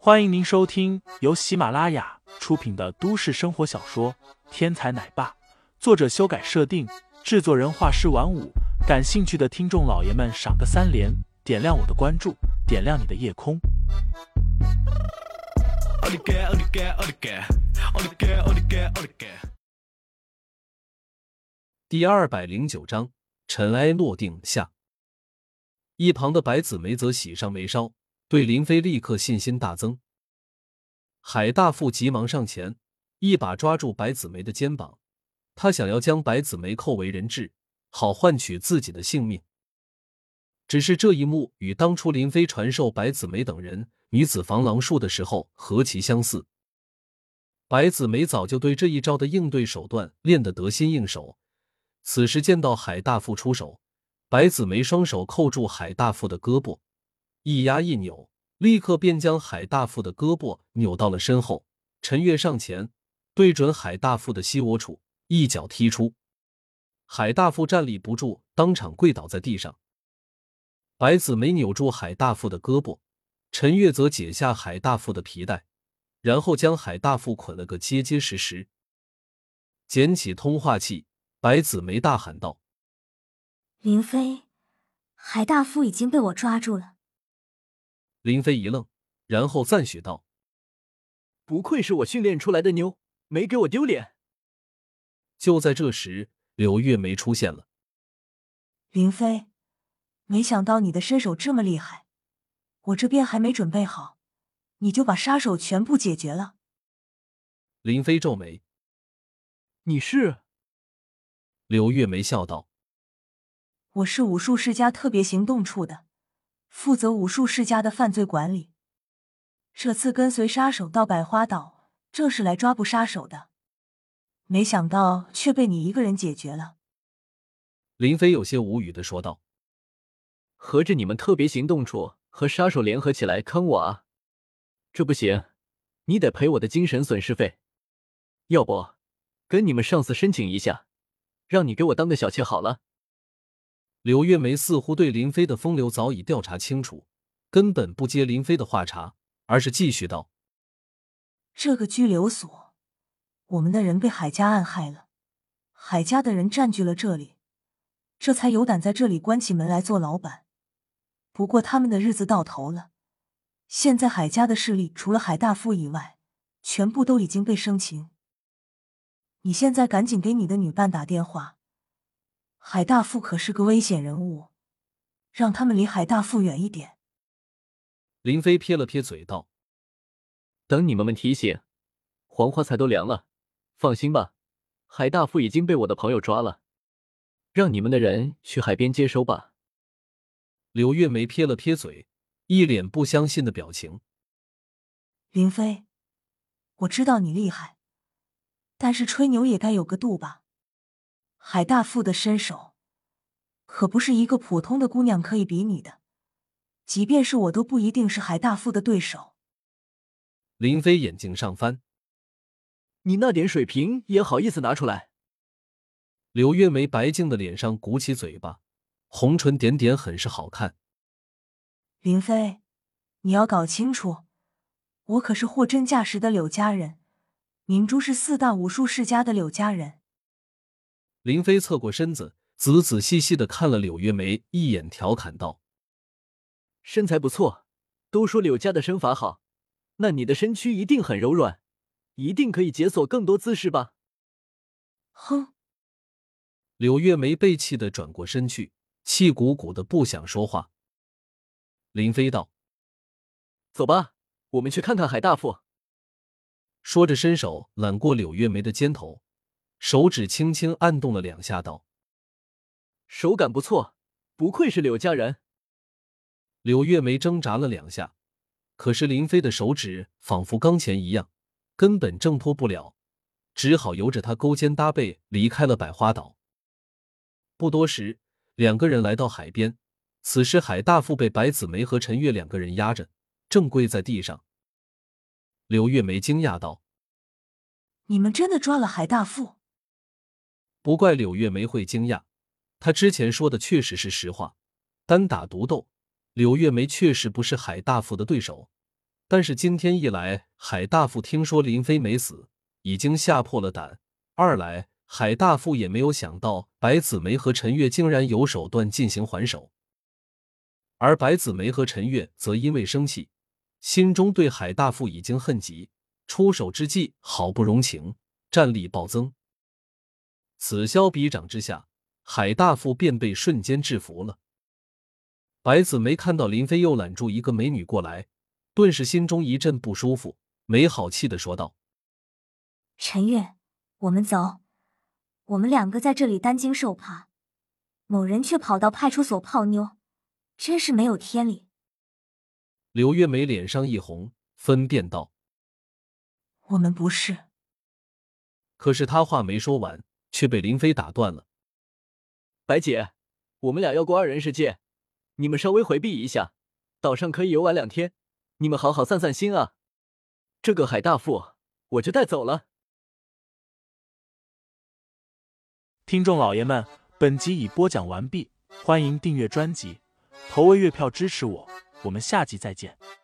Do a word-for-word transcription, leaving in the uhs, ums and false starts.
欢迎您收听由喜马拉雅出品的都市生活小说《天才奶爸》，作者修改设定，制作人画师晚舞。感兴趣的听众老爷们赏个三连，点亮我的关注，点亮你的夜空。 第二百零九章，尘埃落定下。一旁的白子梅则喜上眉梢，对林飞立刻信心大增。海大富急忙上前，一把抓住白子梅的肩膀，他想要将白子梅扣为人质，好换取自己的性命。只是这一幕与当初林飞传授白子梅等人女子防狼术的时候何其相似。白子梅早就对这一招的应对手段练得得心应手，此时见到海大富出手，白子梅双手扣住海大富的胳膊，一压一扭，立刻便将海大富的胳膊扭到了身后。陈月上前对准海大富的膝窝处一脚踢出，海大富站立不住，当场跪倒在地上。白子梅扭住海大富的胳膊，陈月则解下海大富的皮带，然后将海大富捆了个结结实实。捡起通话器，白子梅大喊道： 林飞，海大富已经被我抓住了。 林飞一愣，然后赞许道： 不愧是我训练出来的妞，没给我丢脸。 就在这时，柳月梅出现了。 林飞，没想到你的身手这么厉害，我这边还没准备好，你就把杀手全部解决了。 林飞皱眉： 你是？ 柳月梅笑道： 我是武术世家特别行动处的，负责武术世家的犯罪管理。这次跟随杀手到百花岛，正是来抓捕杀手的，没想到却被你一个人解决了。 林飞有些无语地说道： 合着你们特别行动处和杀手联合起来坑我啊？这不行，你得赔我的精神损失费。要不跟你们上司申请一下，让你给我当个小妾好了。 柳月梅似乎对林飞的风流早已调查清楚，根本不接林飞的话茬，而是继续道： 这个拘留所，我们的人被海家暗害了，海家的人占据了这里，这才有胆在这里关起门来做老板。不过他们的日子到头了，现在海家的势力除了海大富以外，全部都已经被生擒。你现在赶紧给你的女伴打电话，海大富可是个危险人物，让他们离海大富远一点。 林飞撇了撇嘴道： 等你们们提醒，黄花菜都凉了。放心吧，海大富已经被我的朋友抓了，让你们的人去海边接收吧。 柳月梅撇了撇嘴，一脸不相信的表情。 林飞，我知道你厉害，但是吹牛也该有个度吧。海大富的身手可不是一个普通的姑娘可以比拟的，即便是我都不一定是海大富的对手。 林飞眼睛上翻： 你那点水平也好意思拿出来？ 柳月梅白净的脸上鼓起嘴巴，红唇点点，很是好看。 林飞，你要搞清楚，我可是货真价实的柳家人，明珠是四大武术世家的柳家人。 林飞侧过身子，仔仔细细地看了柳月梅一眼，调侃道： 身材不错，都说柳家的身法好，那你的身躯一定很柔软，一定可以解锁更多姿势吧？ 哼！ 柳月梅被气得转过身去，气鼓鼓的不想说话。林飞道： 走吧，我们去看看海大富。 说着伸手揽过柳月梅的肩头，手指轻轻按动了两下道： 手感不错，不愧是柳家人。 柳月梅挣扎了两下，可是林飞的手指仿佛钢钳一样，根本挣脱不了，只好由着他勾肩搭背离开了百花岛。不多时，两个人来到海边，此时海大富被白子梅和陈月两个人压着，正跪在地上。柳月梅惊讶道： 你们真的抓了海大富？ 不怪柳月梅会惊讶，她之前说的确实是实话，单打独斗，柳月梅确实不是海大富的对手， 但是今天一来，海大富听说林飞没死，已经吓破了胆；二来，海大富也没有想到白子梅和陈月竟然有手段进行还手，而白子梅和陈月则因为生气，心中对海大富已经恨极，出手之际毫不容情，战力暴增。此消彼长之下，海大富便被瞬间制服了。白子梅看到林飞又揽住一个美女过来，顿时心中一阵不舒服，没好气地说道： 陈月，我们走，我们两个在这里担惊受怕，某人却跑到派出所泡妞，真是没有天理。 刘月梅脸上一红，分辨道： 我们不是。 可是她话没说完，却被林飞打断了。 白姐，我们俩要过二人世界，你们稍微回避一下，岛上可以游玩两天，你们好好散散心啊。这个海大富我就带走了。 听众老爷们，本集已播讲完毕，欢迎订阅专辑，投喂月票支持我，我们下集再见。